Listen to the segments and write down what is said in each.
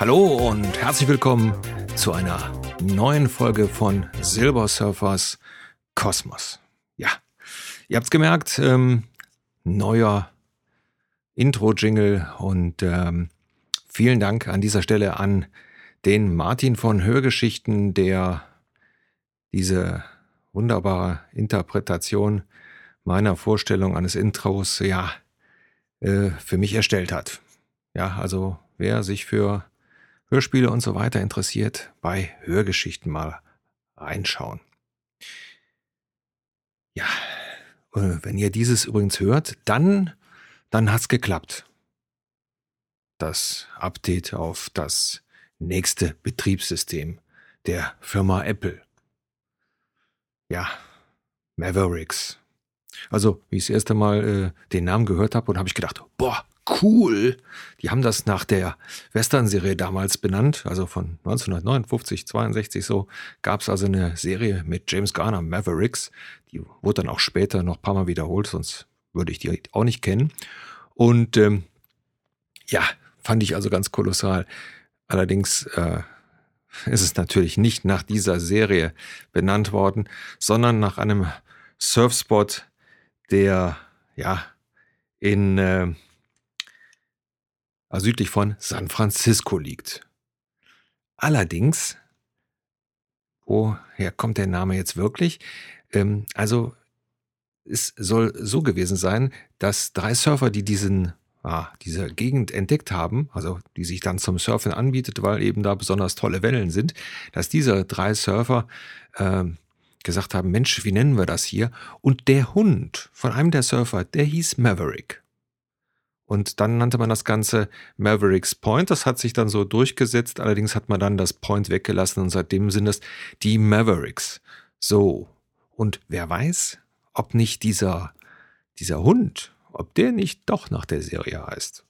Hallo und herzlich willkommen zu einer neuen Folge von Silver Surfers Kosmos. Ja, ihr habt's gemerkt, neuer Intro-Jingle und vielen Dank an dieser Stelle an den Martin von Hörgeschichten, der diese wunderbare Interpretation meiner Vorstellung eines Intros für mich erstellt hat. Ja, also wer sich für Hörspiele und so weiter interessiert, bei Hörgeschichten mal reinschauen. Ja, wenn ihr dieses übrigens hört, dann hat's geklappt. Das Update auf das nächste Betriebssystem der Firma Apple. Ja, Mavericks. Also, wie ich das erste Mal den Namen gehört habe, und habe ich gedacht, boah, cool. Die haben das nach der Western-Serie damals benannt, also von 1959, 62 so, gab es also eine Serie mit James Garner, Mavericks. Die wurde dann auch später noch ein paar Mal wiederholt, sonst würde ich die auch nicht kennen. Und fand ich also ganz kolossal. Allerdings ist es natürlich nicht nach dieser Serie benannt worden, sondern nach einem Surfspot, der südlich von San Francisco liegt. Allerdings, woher kommt der Name jetzt wirklich? Es soll so gewesen sein, dass 3 Surfer, die diese Gegend entdeckt haben, also die sich dann zum Surfen anbietet, weil eben da besonders tolle Wellen sind, dass diese 3 Surfer gesagt haben, Mensch, wie nennen wir das hier? Und der Hund von einem der Surfer, der hieß Maverick. Und dann nannte man das Ganze Mavericks Point. Das hat sich dann so durchgesetzt. Allerdings hat man dann das Point weggelassen und seitdem sind es die Mavericks. So. Und wer weiß, ob nicht dieser Hund, ob der nicht doch nach der Serie heißt.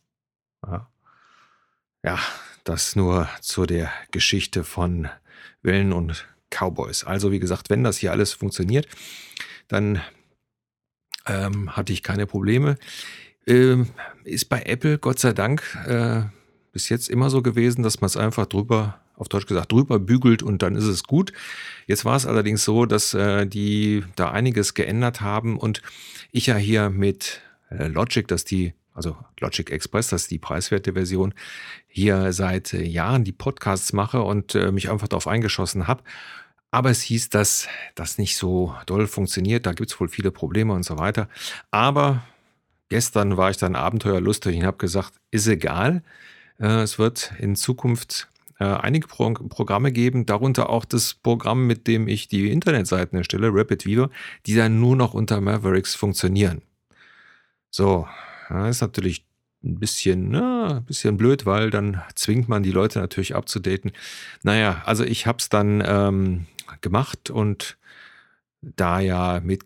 Ja, das nur zu der Geschichte von Wellen und Cowboys. Also wie gesagt, wenn das hier alles funktioniert, dann hatte ich keine Probleme. Ist bei Apple, Gott sei Dank, bis jetzt immer so gewesen, dass man es einfach drüber bügelt und dann ist es gut. Jetzt war es allerdings so, dass die da einiges geändert haben und ich ja hier mit Logic, Logic Express, das ist die preiswerte Version, hier seit Jahren die Podcasts mache und mich einfach darauf eingeschossen habe. Aber es hieß, dass das nicht so doll funktioniert, da gibt es wohl viele Probleme und so weiter. Aber gestern war ich dann abenteuerlustig und habe gesagt, ist egal. Es wird in Zukunft einige Programme geben, darunter auch das Programm, mit dem ich die Internetseiten erstelle, RapidWeaver, die dann nur noch unter Mavericks funktionieren. So, das ist natürlich ein bisschen blöd, weil dann zwingt man die Leute natürlich abzudaten. Naja, also ich habe es dann gemacht und da ja mit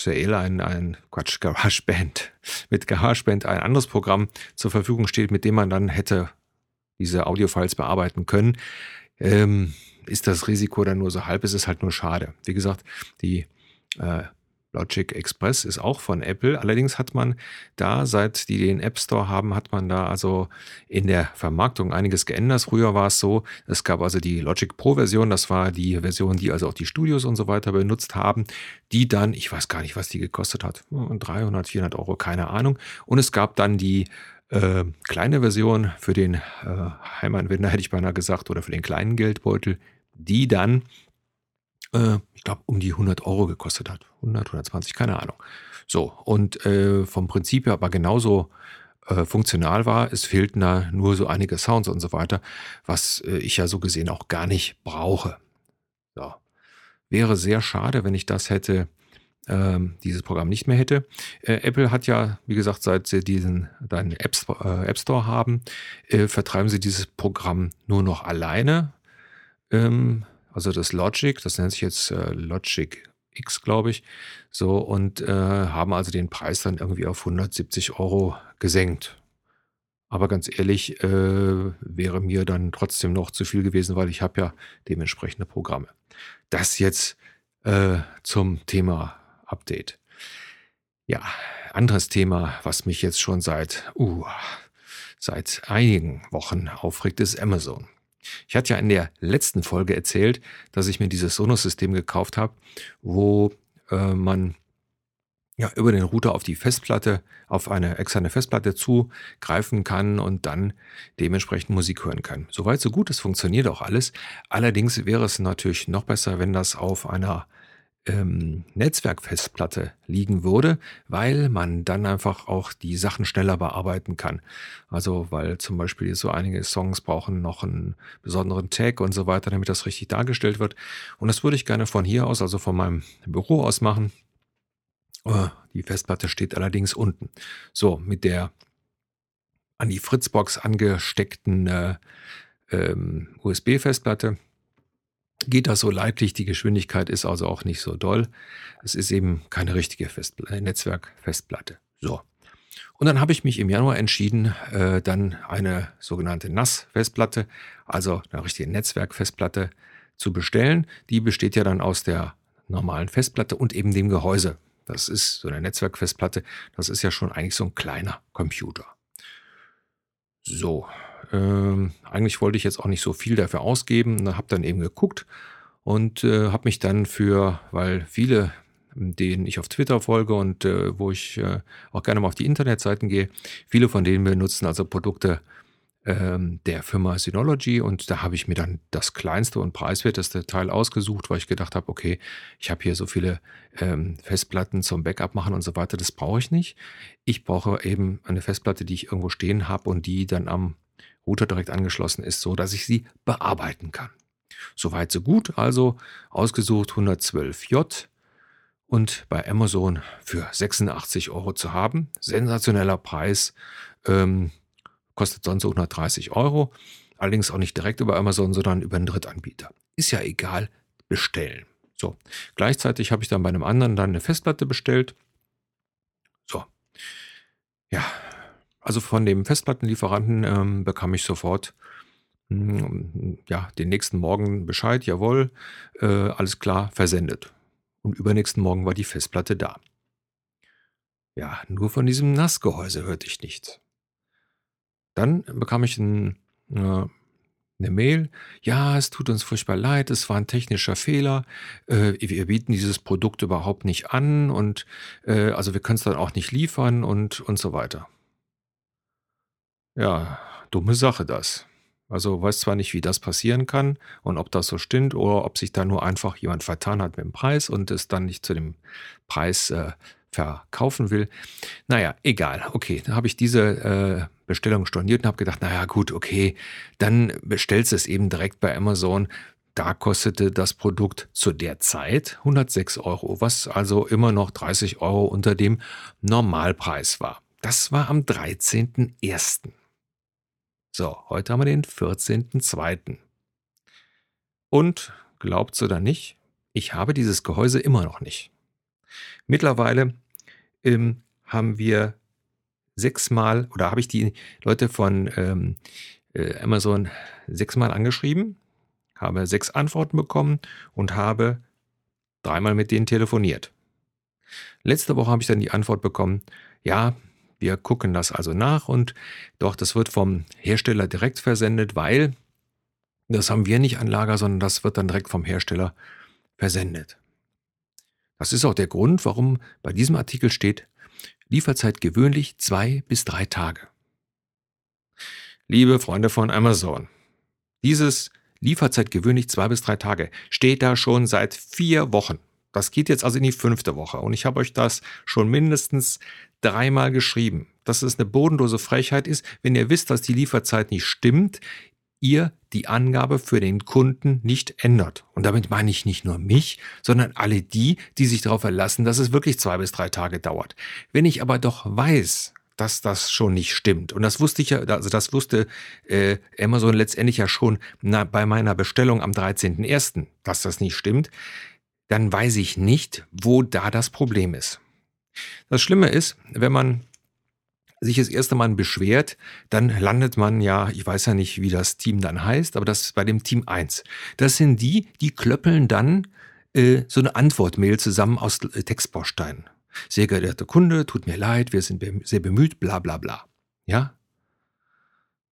GarageBand ein anderes Programm zur Verfügung steht, mit dem man dann hätte diese Audiofiles bearbeiten können, ist das Risiko dann nur so halb, es ist halt nur schade. Wie gesagt, die Logic Express ist auch von Apple, allerdings hat man da, seit die den App Store haben, hat man da also in der Vermarktung einiges geändert. Früher war es so, es gab also die Logic Pro Version, das war die Version, die also auch die Studios und so weiter benutzt haben, die dann, ich weiß gar nicht, was die gekostet hat, 300, 400 Euro, keine Ahnung. Und es gab dann die kleine Version für den Heimanwender, hätte ich beinahe gesagt, oder für den kleinen Geldbeutel, die dann ich glaube, um die 100 Euro gekostet hat. 100, 120, keine Ahnung. So, und vom Prinzip her aber genauso funktional war. Es fehlten da nur so einige Sounds und so weiter, was ich ja so gesehen auch gar nicht brauche. So. Wäre sehr schade, wenn ich das hätte, dieses Programm nicht mehr hätte. Apple hat ja, wie gesagt, seit sie diesen App Store haben, vertreiben sie dieses Programm nur noch alleine. Also das Logic, das nennt sich jetzt Logic X, glaube ich, so, und haben also den Preis dann irgendwie auf 170 Euro gesenkt. Aber ganz ehrlich, wäre mir dann trotzdem noch zu viel gewesen, weil ich habe ja dementsprechende Programme. Das jetzt zum Thema Update. Ja, anderes Thema, was mich jetzt schon seit seit einigen Wochen aufregt, ist Amazon. Ich hatte ja in der letzten Folge erzählt, dass ich mir dieses Sonos-System gekauft habe, wo man ja über den Router auf die Festplatte, auf eine externe Festplatte zugreifen kann und dann dementsprechend Musik hören kann. Soweit so gut, es funktioniert auch alles. Allerdings wäre es natürlich noch besser, wenn das auf einer Netzwerkfestplatte liegen würde, weil man dann einfach auch die Sachen schneller bearbeiten kann. Also weil zum Beispiel so einige Songs brauchen noch einen besonderen Tag und so weiter, damit das richtig dargestellt wird. Und das würde ich gerne von hier aus, also von meinem Büro aus machen. Die Festplatte steht allerdings unten. So, mit der an die Fritzbox angesteckten USB-Festplatte geht das so leidlich. Die Geschwindigkeit ist also auch nicht so doll. Es ist eben keine richtige Netzwerkfestplatte. So. Und dann habe ich mich im Januar entschieden, dann eine sogenannte NAS-Festplatte, also eine richtige Netzwerkfestplatte zu bestellen. Die besteht ja dann aus der normalen Festplatte und eben dem Gehäuse. Das ist so eine Netzwerkfestplatte. Das ist ja schon eigentlich so ein kleiner Computer. So, eigentlich wollte ich jetzt auch nicht so viel dafür ausgeben. Habe dann eben geguckt und habe mich dann weil viele, denen ich auf Twitter folge und wo ich auch gerne mal auf die Internetseiten gehe, viele von denen benutzen also Produkte der Firma Synology, und da habe ich mir dann das kleinste und preiswerteste Teil ausgesucht, weil ich gedacht habe, okay, ich habe hier so viele Festplatten zum Backup machen und so weiter, das brauche ich nicht. Ich brauche eben eine Festplatte, die ich irgendwo stehen habe und die dann am Router direkt angeschlossen ist, so dass ich sie bearbeiten kann. Soweit so gut, also ausgesucht 112J und bei Amazon für 86 € zu haben. Sensationeller Preis. Kostet sonst so 130 €, allerdings auch nicht direkt über Amazon, sondern über einen Drittanbieter. Ist ja egal, bestellen. So, gleichzeitig habe ich dann bei einem anderen dann eine Festplatte bestellt. So, ja, also von dem Festplattenlieferanten bekam ich sofort den nächsten Morgen Bescheid, jawohl, alles klar, versendet. Und übernächsten Morgen war die Festplatte da. Ja, nur von diesem NAS-Gehäuse hörte ich nichts. Dann bekam ich eine Mail. Ja, es tut uns furchtbar leid, es war ein technischer Fehler. Wir bieten dieses Produkt überhaupt nicht an und also wir können es dann auch nicht liefern und so weiter. Ja, dumme Sache das. Also weiß zwar nicht, wie das passieren kann und ob das so stimmt oder ob sich da nur einfach jemand vertan hat mit dem Preis und es dann nicht zu dem Preis verkaufen will. Naja, egal. Okay, dann habe ich diese Bestellung storniert und habe gedacht, naja gut, okay, dann bestellst du es eben direkt bei Amazon. Da kostete das Produkt zu der Zeit 106 €, was also immer noch 30 € unter dem Normalpreis war. Das war am 13.01. So, heute haben wir den 14.02. Und glaubt's oder nicht, ich habe dieses Gehäuse immer noch nicht. Mittlerweile haben wir 6-mal oder habe ich die Leute von Amazon 6-mal angeschrieben, habe 6 Antworten bekommen und habe 3-mal mit denen telefoniert. Letzte Woche habe ich dann die Antwort bekommen, ja, wir gucken das also nach und doch, das wird vom Hersteller direkt versendet, weil das haben wir nicht an Lager, sondern das wird dann direkt vom Hersteller versendet. Das ist auch der Grund, warum bei diesem Artikel steht, Lieferzeit gewöhnlich 2 bis 3 Tage. Liebe Freunde von Amazon, dieses Lieferzeit gewöhnlich 2 bis 3 Tage steht da schon seit 4 Wochen. Das geht jetzt also in die 5. Woche und ich habe euch das schon mindestens 3-mal geschrieben, dass es eine bodenlose Frechheit ist, wenn ihr wisst, dass die Lieferzeit nicht stimmt, ihr die Angabe für den Kunden nicht ändert. Und damit meine ich nicht nur mich, sondern alle die sich darauf verlassen, dass es wirklich 2 bis 3 Tage dauert. Wenn ich aber doch weiß, dass das schon nicht stimmt, und das wusste ich ja, also das wusste Amazon letztendlich ja schon bei meiner Bestellung am 13.01., dass das nicht stimmt, dann weiß ich nicht, wo da das Problem ist. Das Schlimme ist, wenn man sich das erste Mal beschwert, dann landet man ja, ich weiß ja nicht, wie das Team dann heißt, aber das ist bei dem Team 1. Das sind die klöppeln dann so eine Antwortmail zusammen aus Textbausteinen. Sehr geehrter Kunde, tut mir leid, wir sind sehr bemüht, bla bla bla. Ja?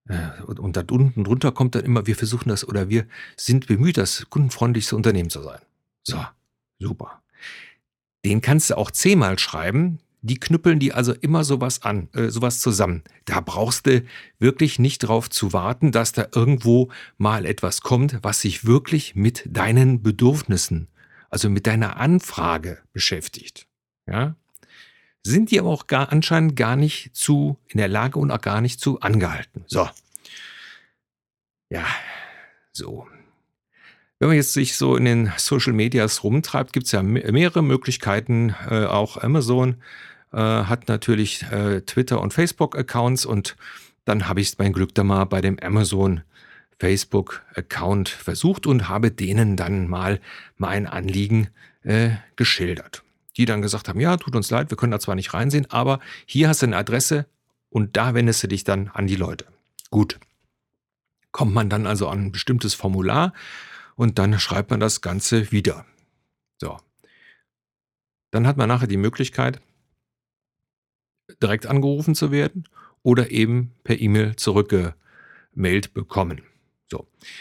Und da unten drunter kommt dann immer, wir versuchen das oder wir sind bemüht, das kundenfreundlichste Unternehmen zu sein. So, super. Den kannst du auch 10-mal schreiben. Die knüppeln die also immer sowas zusammen. Da brauchst du wirklich nicht drauf zu warten, dass da irgendwo mal etwas kommt, was sich wirklich mit deinen Bedürfnissen, also mit deiner Anfrage beschäftigt. Ja? Sind die aber auch anscheinend gar nicht zu in der Lage und auch gar nicht zu angehalten. So. Ja, so. Wenn man jetzt sich so in den Social Medias rumtreibt, gibt es ja mehrere Möglichkeiten. Auch Amazon hat natürlich Twitter- und Facebook-Accounts und dann habe ich es mein Glück da mal bei dem Amazon Facebook-Account versucht und habe denen dann mal mein Anliegen geschildert. Die dann gesagt haben, ja, tut uns leid, wir können da zwar nicht reinsehen, aber hier hast du eine Adresse und da wendest du dich dann an die Leute. Gut. Kommt man dann also an ein bestimmtes Formular und dann schreibt man das Ganze wieder. So. Dann hat man nachher die Möglichkeit, direkt angerufen zu werden oder eben per E-Mail zurückgemailt bekommen. So.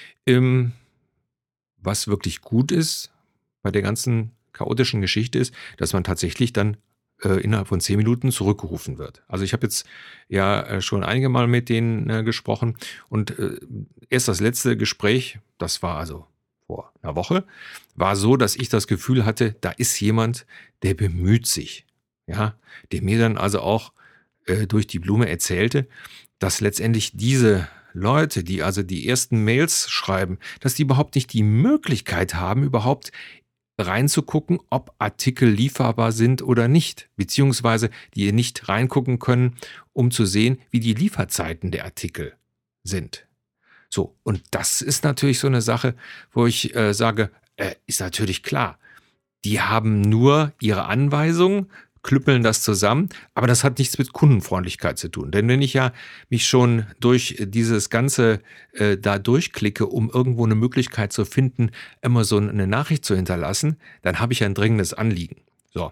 Was wirklich gut ist bei der ganzen chaotischen Geschichte ist, dass man tatsächlich dann innerhalb von 10 Minuten zurückgerufen wird. Also ich habe jetzt ja schon einige Mal mit denen gesprochen und erst das letzte Gespräch, das war also vor einer Woche, war so, dass ich das Gefühl hatte, da ist jemand, der bemüht sich, ja, der mir dann also auch durch die Blume erzählte, dass letztendlich diese Leute, die also die ersten Mails schreiben, dass die überhaupt nicht die Möglichkeit haben, überhaupt reinzugucken, ob Artikel lieferbar sind oder nicht, beziehungsweise die nicht reingucken können, um zu sehen, wie die Lieferzeiten der Artikel sind. So, und das ist natürlich so eine Sache, wo ich sage, ist natürlich klar, die haben nur ihre Anweisungen, klüppeln das zusammen, aber das hat nichts mit Kundenfreundlichkeit zu tun. Denn wenn ich ja mich schon durch dieses Ganze da durchklicke, um irgendwo eine Möglichkeit zu finden, Amazon eine Nachricht zu hinterlassen, dann habe ich ein dringendes Anliegen. So.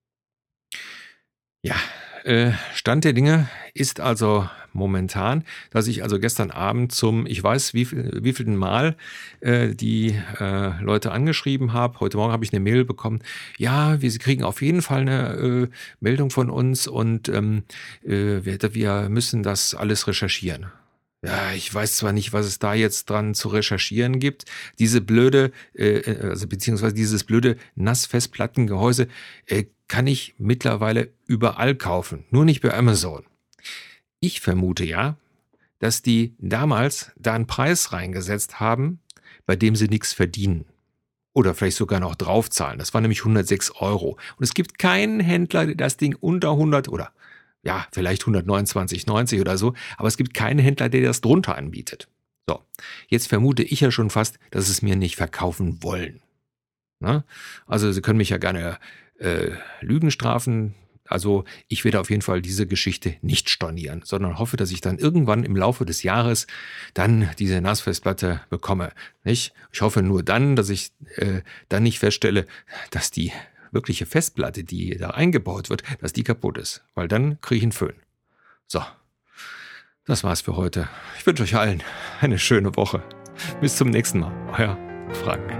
Ja, Stand der Dinge ist also momentan, dass ich also gestern Abend zum, ich weiß wievielten Mal die Leute angeschrieben habe. Heute Morgen habe ich eine Mail bekommen. Ja, wir kriegen auf jeden Fall eine Meldung von uns und wir müssen das alles recherchieren. Ja, ich weiß zwar nicht, was es da jetzt dran zu recherchieren gibt. Diese blöde, beziehungsweise dieses blöde Nassfestplattengehäuse kann ich mittlerweile überall kaufen, nur nicht bei Amazon. Ich vermute ja, dass die damals da einen Preis reingesetzt haben, bei dem sie nichts verdienen. Oder vielleicht sogar noch draufzahlen. Das war nämlich 106 €. Und es gibt keinen Händler, der das Ding unter 100 oder ja, vielleicht 129,90 oder so, aber es gibt keinen Händler, der das drunter anbietet. So, jetzt vermute ich ja schon fast, dass sie es mir nicht verkaufen wollen. Na? Also sie können mich ja gerne Lügen strafen. Also ich werde auf jeden Fall diese Geschichte nicht stornieren, sondern hoffe, dass ich dann irgendwann im Laufe des Jahres dann diese NAS-Festplatte bekomme. Nicht? Ich hoffe nur dann, dass ich dann nicht feststelle, dass die wirkliche Festplatte, die da eingebaut wird, dass die kaputt ist. Weil dann kriege ich einen Föhn. So, das war's für heute. Ich wünsche euch allen eine schöne Woche. Bis zum nächsten Mal. Euer Frank.